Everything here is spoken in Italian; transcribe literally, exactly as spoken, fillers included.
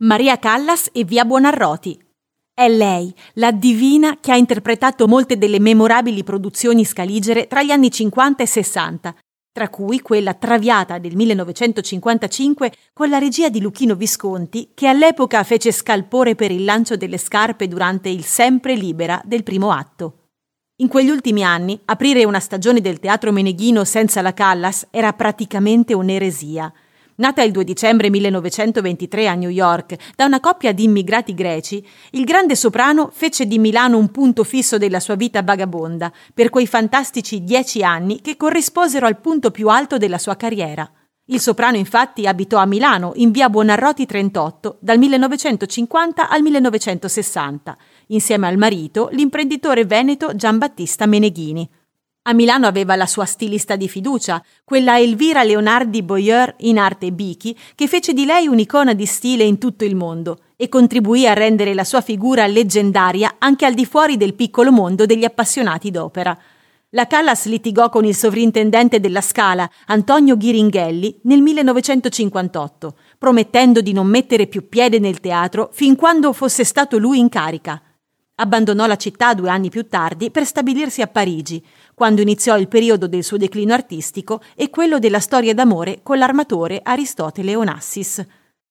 Maria Callas e Via Buonarroti. È lei, la divina che ha interpretato molte delle memorabili produzioni scaligere tra gli anni cinquanta e sessanta, tra cui quella Traviata del millenovecentocinquantacinque con la regia di Luchino Visconti, che all'epoca fece scalpore per il lancio delle scarpe durante il Sempre Libera del primo atto. In quegli ultimi anni, aprire una stagione del Teatro Meneghino senza la Callas era praticamente un'eresia. Nata il due dicembre millenovecentoventitré a New York da una coppia di immigrati greci, il grande soprano fece di Milano un punto fisso della sua vita vagabonda per quei fantastici dieci anni che corrisposero al punto più alto della sua carriera. Il soprano infatti abitò a Milano in via Buonarroti trentotto dal millenovecentocinquanta al millenovecentosessanta, insieme al marito, l'imprenditore veneto Giambattista Meneghini. A Milano aveva la sua stilista di fiducia, quella Elvira Leonardi Boyer in arte Bichi, che fece di lei un'icona di stile in tutto il mondo e contribuì a rendere la sua figura leggendaria anche al di fuori del piccolo mondo degli appassionati d'opera. La Callas litigò con il sovrintendente della Scala, Antonio Ghiringhelli, nel millenovecentocinquantotto, promettendo di non mettere più piede nel teatro fin quando fosse stato lui in carica. Abbandonò la città due anni più tardi per stabilirsi a Parigi, quando iniziò il periodo del suo declino artistico e quello della storia d'amore con l'armatore Aristotele Onassis.